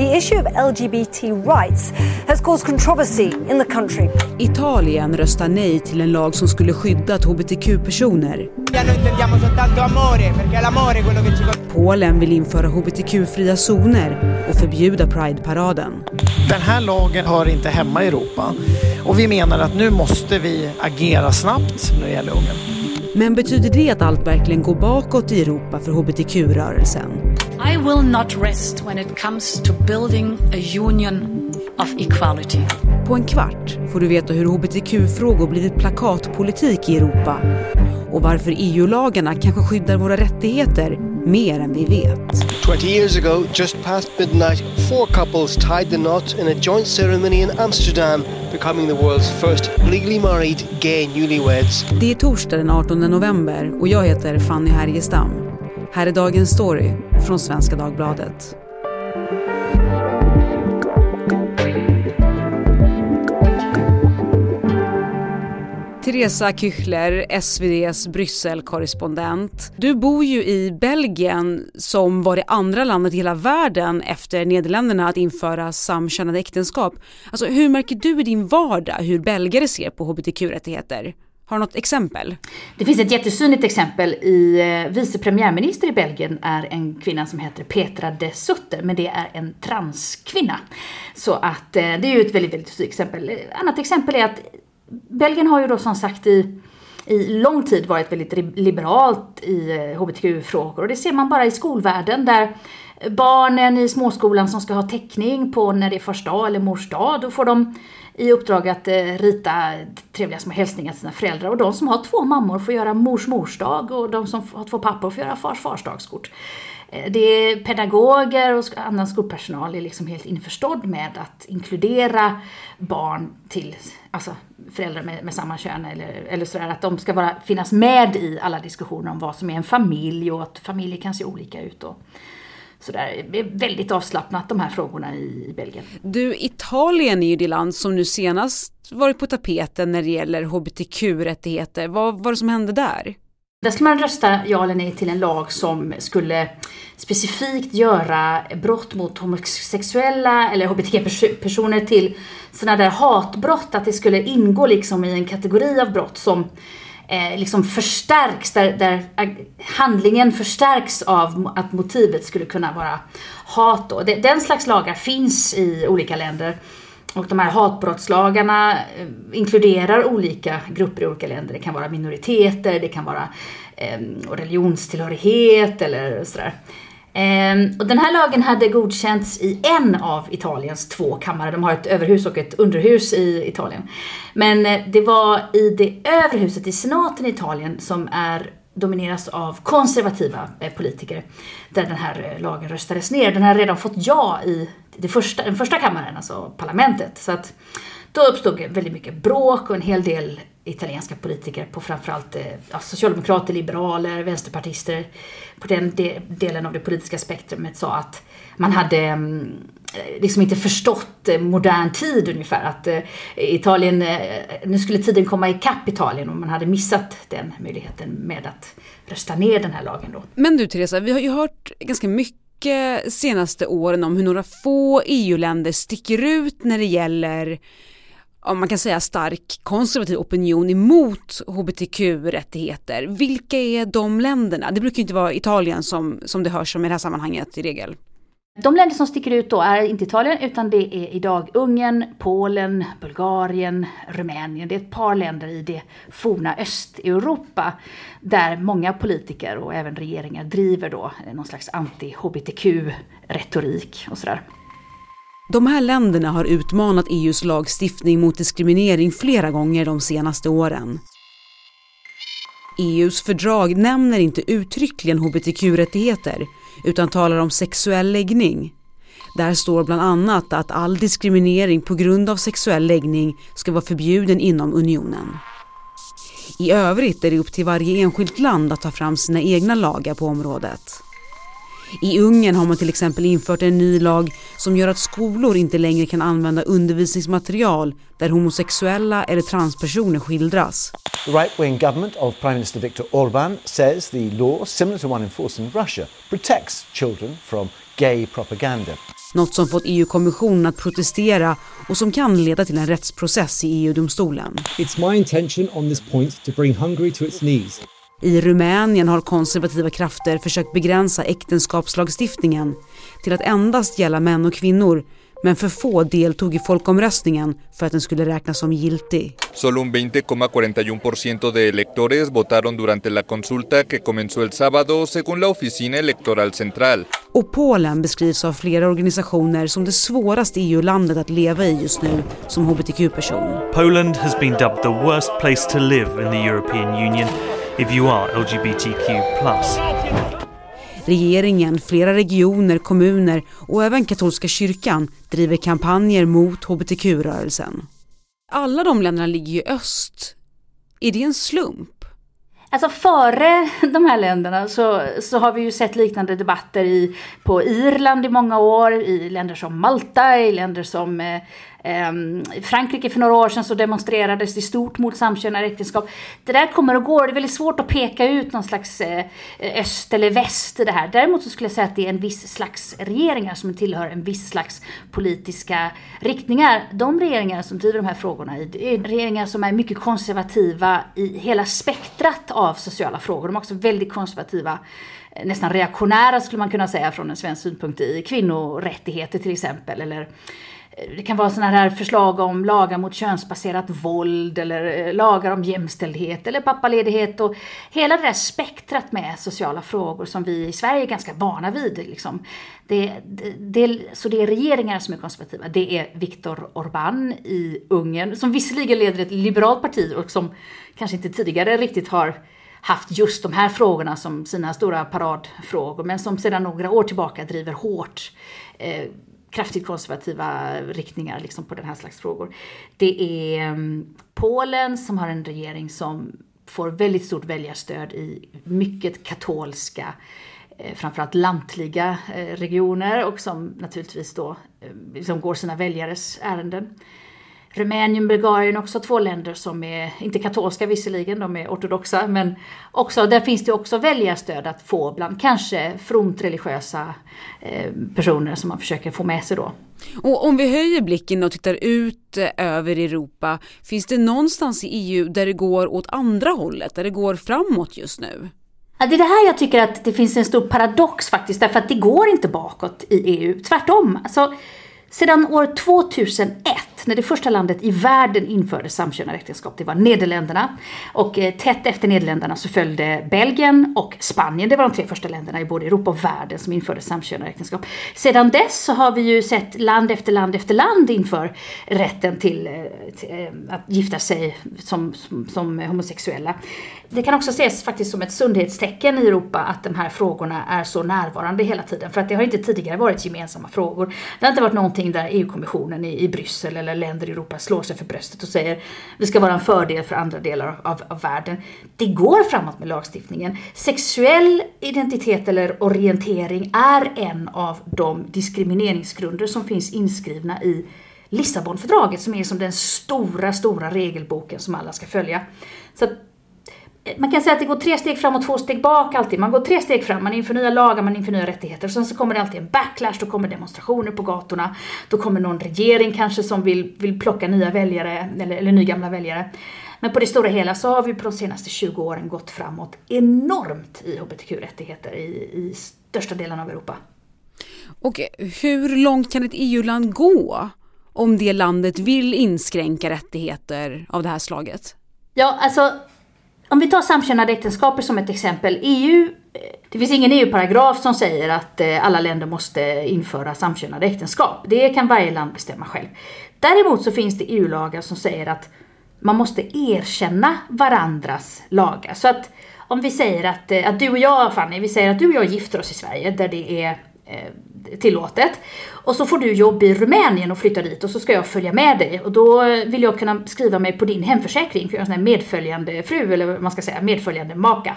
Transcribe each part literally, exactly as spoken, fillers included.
The issue of L G B T rights has caused controversy in the country. Italien röstar nej till en lag som skulle skydda H B T Q-personer. Polen vill införa H B T Q-fria zoner och förbjuda Pride-paraden. Den här lagen hör inte hemma i Europa och vi menar att nu måste vi agera snabbt när det gäller Ungern. Men betyder det att allt verkligen går bakåt i Europa för H B T Q-rörelsen? I will not rest when it comes to building a union of equality. På en kvart får du veta hur H B T Q-frågor blivit plakatpolitik i Europa och varför E U-lagarna kanske skyddar våra rättigheter mer än vi vet. twenty years ago, just past midnight, four couples tied the knot in a joint ceremony in Amsterdam, becoming the world's first legally married gay newlyweds. Det är torsdag den artonde november och jag heter Fanny Härgestam. Här är dagens story från Svenska Dagbladet. Teresa Küchler, S V D:s Bryssel-korrespondent. Du bor ju i Belgien som var det andra landet i hela världen efter Nederländerna att införa samkönade äktenskap. Alltså, hur märker du i din vardag hur belgare ser på H B T Q-rättigheter? Har du något exempel? Det finns ett jättesynligt exempel. I eh, vicepremiärminister i Belgien är en kvinna som heter Petra de Sutter, men det är en transkvinna. Så att eh, det är ju ett väldigt, väldigt tydligt exempel. Ett annat exempel är att Belgien har ju då som sagt i, i lång tid varit väldigt liberalt i H B T Q-frågor. Och det ser man bara i skolvärlden där barnen i småskolan som ska ha teckning på när det är första dag eller mors dag, då får de i uppdrag att eh, rita trevliga små hälsningar till sina föräldrar. Och de som har två mammor får göra mors morsdag och de som har två pappor får göra fars farsdagskort. Det är pedagoger och annan skolpersonal är liksom helt införstådd med att inkludera barn till alltså föräldrar med, med samma kön eller, eller sådär. Att de ska bara finnas med i alla diskussioner om vad som är en familj och att familjer kan se olika ut. Och sådär. Det är väldigt avslappnat de här frågorna i, i Belgien. Du, Italien är ju det land som nu senast varit på tapeten när det gäller H B T Q-rättigheter. Vad var det som hände där? Där skulle man rösta ja eller nej till en lag som skulle specifikt göra brott mot homosexuella eller H B T Q-personer till sådana där hatbrott. Att det skulle ingå liksom i en kategori av brott som eh, liksom förstärks, där, där handlingen förstärks av att motivet skulle kunna vara hat. Då. Den slags lagar finns i olika länder. Och de här hatbrottslagarna inkluderar olika grupper i olika länder. Det kan vara minoriteter, det kan vara eh, religionstillhörighet eller sådär. Eh, och den här lagen hade godkänts i en av Italiens två kammare. De har ett överhus och ett underhus i Italien. Men eh, det var i det överhuset i senaten i Italien som är domineras av konservativa eh, politiker där den här eh, lagen röstades ner. Den har redan fått ja i det första, den första kammaren, alltså parlamentet. Så att då uppstod väldigt mycket bråk och en hel del italienska politiker på framförallt eh, socialdemokrater, liberaler, vänsterpartister på den de, delen av det politiska spektrumet sa att man hade eh, liksom inte förstått eh, modern tid ungefär. Att eh, Italien, eh, nu skulle tiden komma ikapp Italien och man hade missat den möjligheten med att rösta ner den här lagen då. Men du Teresa, vi har ju hört ganska mycket senaste åren om hur några få E U-länder sticker ut när det gäller, om man kan säga, stark konservativ opinion emot H B T Q-rättigheter. Vilka är de länderna? Det brukar ju inte vara Italien som, som det hörs om i det här sammanhanget i regel. De länder som sticker ut då är inte Italien utan det är idag Ungern, Polen, Bulgarien, Rumänien. Det är ett par länder i det forna Östeuropa där många politiker och även regeringar driver då någon slags anti-H B T Q-retorik och sådär. De här länderna har utmanat E U:s lagstiftning mot diskriminering flera gånger de senaste åren. E U:s fördrag nämner inte uttryckligen H B T Q-rättigheter utan talar om sexuell läggning. Där står bland annat att all diskriminering på grund av sexuell läggning ska vara förbjuden inom unionen. I övrigt är det upp till varje enskilt land att ta fram sina egna lagar på området. I Ungern har man till exempel infört en ny lag som gör att skolor inte längre kan använda undervisningsmaterial där homosexuella eller transpersoner skildras. The right-wing government of Prime Minister Viktor Orbán says the law, similar to one in force in Russia, protects children from gay propaganda. Något som fått E U-kommissionen att protestera och som kan leda till en rättsprocess i E U-domstolen. It's my intention on this point to bring Hungary to its knees. I Rumänien har konservativa krafter försökt begränsa äktenskapslagstiftningen till att endast gälla män och kvinnor, men för få deltog i folkomröstningen för att den skulle räknas som giltig. Solo un veinte coma cuarenta y uno por ciento de electores votaron durante la consulta que comenzó el sábado, según la Oficina Electoral Central. Och Polen beskrivs av flera organisationer som det svåraste E U-landet att leva i just nu som H B T Q-person. Poland has been dubbed the worst place to live in the European Union if you are L G B T Q plus. Regeringen, flera regioner, kommuner och även katolska kyrkan driver kampanjer mot H B T Q-rörelsen. Alla de länderna ligger i öst. Är det en slump? Alltså före de här länderna så, så har vi ju sett liknande debatter i, på Irland i många år, i länder som Malta, i länder som eh, eh, Frankrike för några år sedan så demonstrerades det stort mot samkönade äktenskap. Det där kommer och går, det är väldigt svårt att peka ut någon slags eh, öst eller väst i det här. Däremot så skulle jag säga att det är en viss slags regeringar som tillhör en viss slags politiska riktningar. De regeringar som driver de här frågorna är regeringar som är mycket konservativa i hela spektrat av sociala frågor. De är också väldigt konservativa, nästan reaktionära skulle man kunna säga från en svensk synpunkt i kvinnorättigheter till exempel. Eller det kan vara sådana här förslag om lagar mot könsbaserat våld eller lagar om jämställdhet eller pappaledighet och hela det där spektrat med sociala frågor som vi i Sverige är ganska vana vid. Liksom. Det, det, det, så det är regeringar som är konservativa. Det är Viktor Orbán i Ungern som visserligen leder ett liberalt parti och som kanske inte tidigare riktigt har haft just de här frågorna som sina stora paradfrågor men som sedan några år tillbaka driver hårt eh, kraftigt konservativa riktningar liksom på den här slags frågor. Det är um, Polen som har en regering som får väldigt stort väljarstöd i mycket katolska, eh, framförallt lantliga eh, regioner och som naturligtvis då eh, som går sina väljares ärenden. Rumänien och Bulgarien också två länder som är, inte katolska visserligen, de är ortodoxa, men också, där finns det också väljarstöd att få bland kanske fromt religiösa eh, personer som man försöker få med sig då. Och om vi höjer blicken och tittar ut över Europa, finns det någonstans i E U där det går åt andra hållet, där det går framåt just nu? Ja, det är det här jag tycker att det finns en stor paradox faktiskt, därför att det går inte bakåt i E U, tvärtom. Alltså, sedan år tvåtusenett, när det första landet i världen införde samkönade äktenskap, det var Nederländerna. Och eh, tätt efter Nederländerna så följde Belgien och Spanien. Det var de tre första länderna i både Europa och världen som införde samkönade äktenskap. Sedan dess så har vi ju sett land efter land efter land inför rätten till, till eh, att gifta sig som, som, som homosexuella. Det kan också ses faktiskt som ett sundhetstecken i Europa att de här frågorna är så närvarande hela tiden. För att det har inte tidigare varit gemensamma frågor. Det har inte varit någonting där E U-kommissionen i, i Bryssel eller länder i Europa slår sig för bröstet och säger det ska vara en fördel för andra delar av, av världen. Det går framåt med lagstiftningen. Sexuell identitet eller orientering är en av de diskrimineringsgrunder som finns inskrivna i Lissabonfördraget som är som den stora, stora regelboken som alla ska följa. Så att man kan säga att det går tre steg fram och två steg bak alltid. Man går tre steg fram, man inför nya lagar, man inför nya rättigheter. Och sen så kommer det alltid en backlash, då kommer demonstrationer på gatorna. Då kommer någon regering kanske som vill, vill plocka nya väljare eller, eller nygamla väljare. Men på det stora hela så har vi på de senaste tjugo åren gått framåt enormt i H B T Q-rättigheter i, i största delen av Europa. Och hur långt kan ett E U-land gå om det landet vill inskränka rättigheter av det här slaget? Ja, alltså om vi tar samkönade äktenskaper som ett exempel. E U, det finns ingen E U-paragraf som säger att alla länder måste införa samkönade äktenskap. Det kan varje land bestämma själv. Däremot så finns det E U-lagar som säger att man måste erkänna varandras lagar. Så att om vi säger att, att du och jag, Fanny, vi säger att du och jag gifter oss i Sverige där det är eh, tillåtet. Och så får du jobb i Rumänien och flytta dit och så ska jag följa med dig. Och då vill jag kunna skriva mig på din hemförsäkring för jag är en sån här medföljande fru eller vad man ska säga, medföljande maka.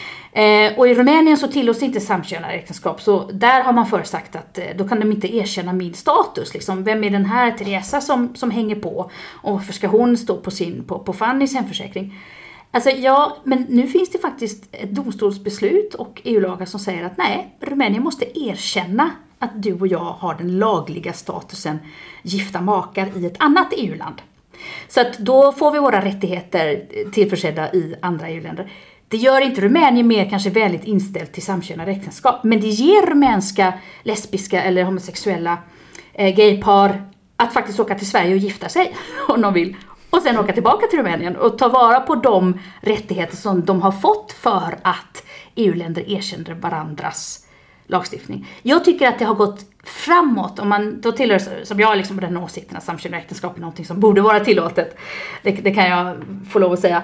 Eh, och i Rumänien så tillåts inte samkönade äktenskap, så där har man försagt att eh, då kan de inte erkänna min status. Liksom. Vem är den här Teresa som, som hänger på? Och varför ska hon stå på, sin, på, på Fannys hemförsäkring? Alltså ja, men nu finns det faktiskt ett domstolsbeslut och E U-lagar som säger att nej, Rumänien måste erkänna att du och jag har den lagliga statusen gifta makar i ett annat E U-land. Så att då får vi våra rättigheter tillförsedda i andra E U-länder. Det gör inte Rumänien mer kanske väldigt inställt till samkönade äktenskap. Men det ger rumänska, lesbiska eller homosexuella eh, gaypar att faktiskt åka till Sverige och gifta sig om de vill. Och sen åka tillbaka till Rumänien och ta vara på de rättigheter som de har fått för att E U-länder erkänner varandras lagstiftning. Jag tycker att det har gått framåt. Om man då tillhör, som jag liksom, den åsikten att samkönade äktenskap är någonting som borde vara tillåtet. Det, det kan jag få lov att säga.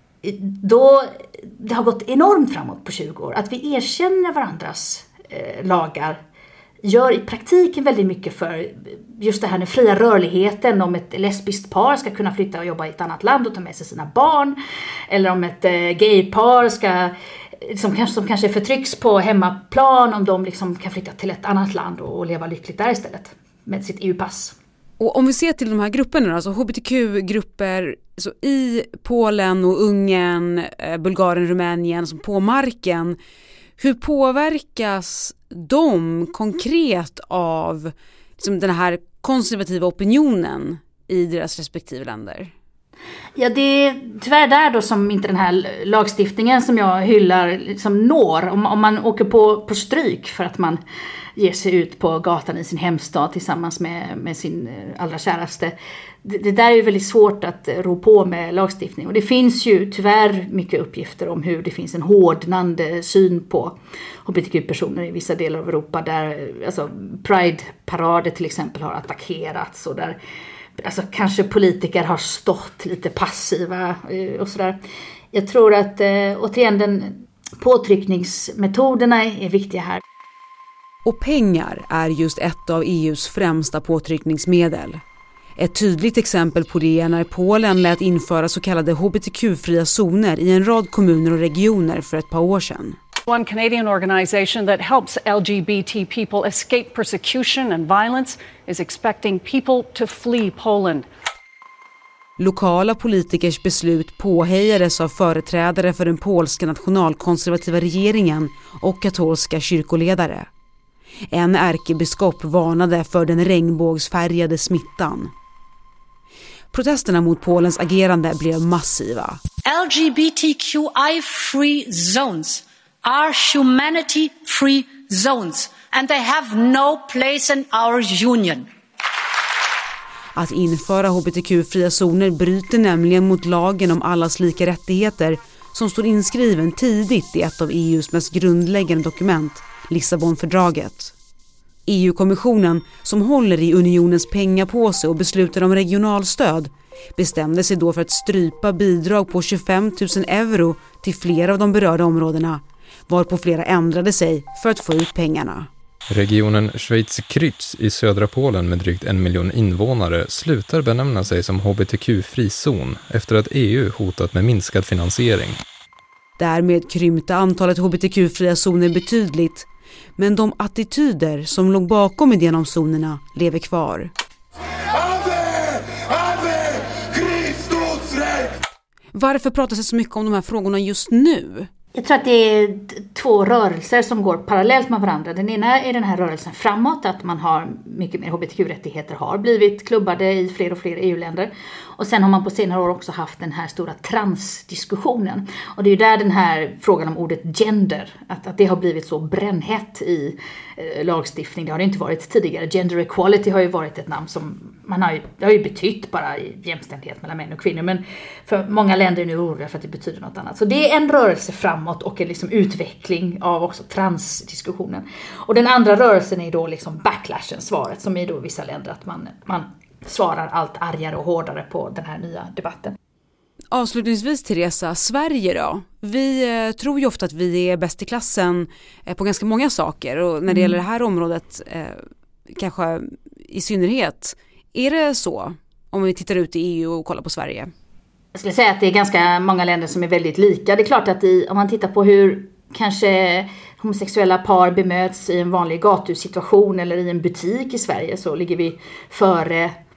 Då, det har gått enormt framåt på tjugo år. Att vi erkänner varandras eh, lagar gör i praktiken väldigt mycket för just det här med fria rörligheten. Om ett lesbiskt par ska kunna flytta och jobba i ett annat land och ta med sig sina barn. Eller om ett eh, gaypar ska, som kanske, som kanske förtrycks på hemmaplan, om de liksom kan flytta till ett annat land och, och leva lyckligt där istället med sitt E U-pass. Och om vi ser till de här grupperna, alltså H B T Q-grupper så i Polen och Ungern, Bulgarien, Rumänien, som på marken, hur påverkas de konkret av liksom, den här konservativa opinionen i deras respektive länder? Ja, det är tyvärr där då som inte den här lagstiftningen som jag hyllar liksom når. Om, om man åker på, på stryk för att man ger sig ut på gatan i sin hemstad tillsammans med, med sin allra käraste. Det, det där är ju väldigt svårt att ro på med lagstiftning. Och det finns ju tyvärr mycket uppgifter om hur det finns en hårdnande syn på H B T Q-personer i vissa delar av Europa. Där alltså, Pride-parader till exempel har attackerats och där alltså, kanske politiker har stått lite passiva och sådär. Jag tror att återigen den påtryckningsmetoderna är viktiga här. Och pengar är just ett av E U:s främsta påtryckningsmedel. Ett tydligt exempel på det är när Polen lät införa så kallade H B T Q-fria zoner i en rad kommuner och regioner för ett par år sedan. One Canadian organization that helps L G B T people escape persecution and violence is expecting people to flee Poland. Lokala politikers beslut påhejades av företrädare för den polska nationalkonservativa regeringen och katolska kyrkoledare. En ärkebiskop varnade för den regnbågsfärgade smittan. Protesterna mot Polens agerande blev massiva. L G B T Q I-free zones are humanity-free zones and they have no place in our union. Att införa H B T Q-fria zoner bryter nämligen mot lagen om allas lika rättigheter som står inskriven tidigt i ett av E U:s mest grundläggande dokument, Lissabonfördraget. E U-kommissionen, som håller i unionens pengapåse och beslutar om regionalstöd, bestämde sig då för att strypa bidrag på tjugofem tusen euro till flera av de berörda områdena, varpå flera ändrade sig för att få ut pengarna. Regionen Schweiz-Krytz i södra Polen med drygt en miljon invånare slutar benämna sig som H B T Q-fri zon efter att E U hotat med minskad finansiering. Därmed krympte antalet H B T Q-fria zoner betydligt, men de attityder som låg bakom idén om zonerna lever kvar. Varför pratas det så mycket om de här frågorna just nu? Jag tror att det är två rörelser som går parallellt med varandra. Den ena är den här rörelsen framåt, att man har mycket mer H B T Q-rättigheter har blivit klubbade i fler och fler E U-länder. Och sen har man på senare år också haft den här stora transdiskussionen. Och det är ju där den här frågan om ordet gender, att, att det har blivit så brännhett i eh, lagstiftning. Det har det inte varit tidigare. Gender equality har ju varit ett namn som man har ju, det har ju betytt bara jämställdhet mellan män och kvinnor. Men för många länder är nu oroliga för att det betyder något annat. Så det är en rörelse framåt och en liksom utveckling av också transdiskussionen. Och den andra rörelsen är då liksom backlashen, svaret, som är då i vissa länder att man, man svarar allt argare och hårdare på den här nya debatten. Avslutningsvis, Teresa, Sverige då? Vi eh, tror ju ofta att vi är bäst i klassen eh, på ganska många saker, och när det mm. gäller det här området eh, kanske i synnerhet. Är det så om vi tittar ut i E U och kollar på Sverige? Jag skulle säga att det är ganska många länder som är väldigt lika. Det är klart att i, om man tittar på hur kanske homosexuella par bemöts i en vanlig gatusituation eller i en butik i Sverige, så ligger vi före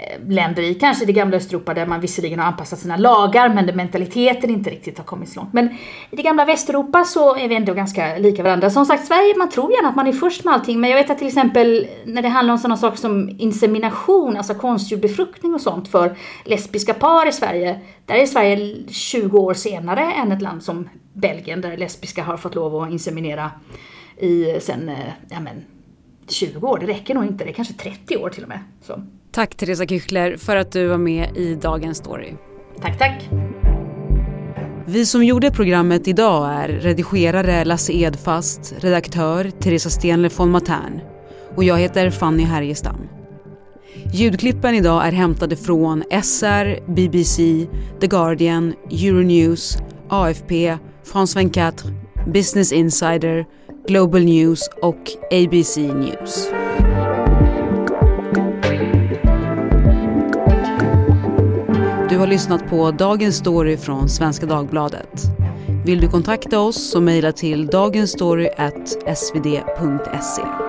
länder i kanske det gamla Östeuropa där man visserligen har anpassat sina lagar men där mentaliteten inte riktigt har kommit så långt. Men i det gamla Västeuropa så är vi ändå ganska lika varandra. Som sagt, Sverige, man tror gärna att man är först med allting, men jag vet att till exempel när det handlar om sådana saker som insemination, alltså konstgjord befruktning och sånt för lesbiska par i Sverige, där är Sverige tjugo år senare än ett land som Belgien där lesbiska har fått lov att inseminera i sen, ja men, tjugo år, det räcker nog inte, det är kanske trettio år till och med. Så. Tack Teresa Küchler för att du var med i Dagens Story. Tack, tack. Vi som gjorde programmet idag är redigerare Lasse Edfast, redaktör Teresa Stenle von Matern och jag heter Fanny Härgestam. Ljudklippen idag är hämtade från S R, B B C, The Guardian, Euronews, A F P, France tjugofyra, Business Insider, Global News och A B C News. Du har lyssnat på Dagens Story från Svenska Dagbladet. Vill du kontakta oss så mejla till dagensstory at s v d punkt se.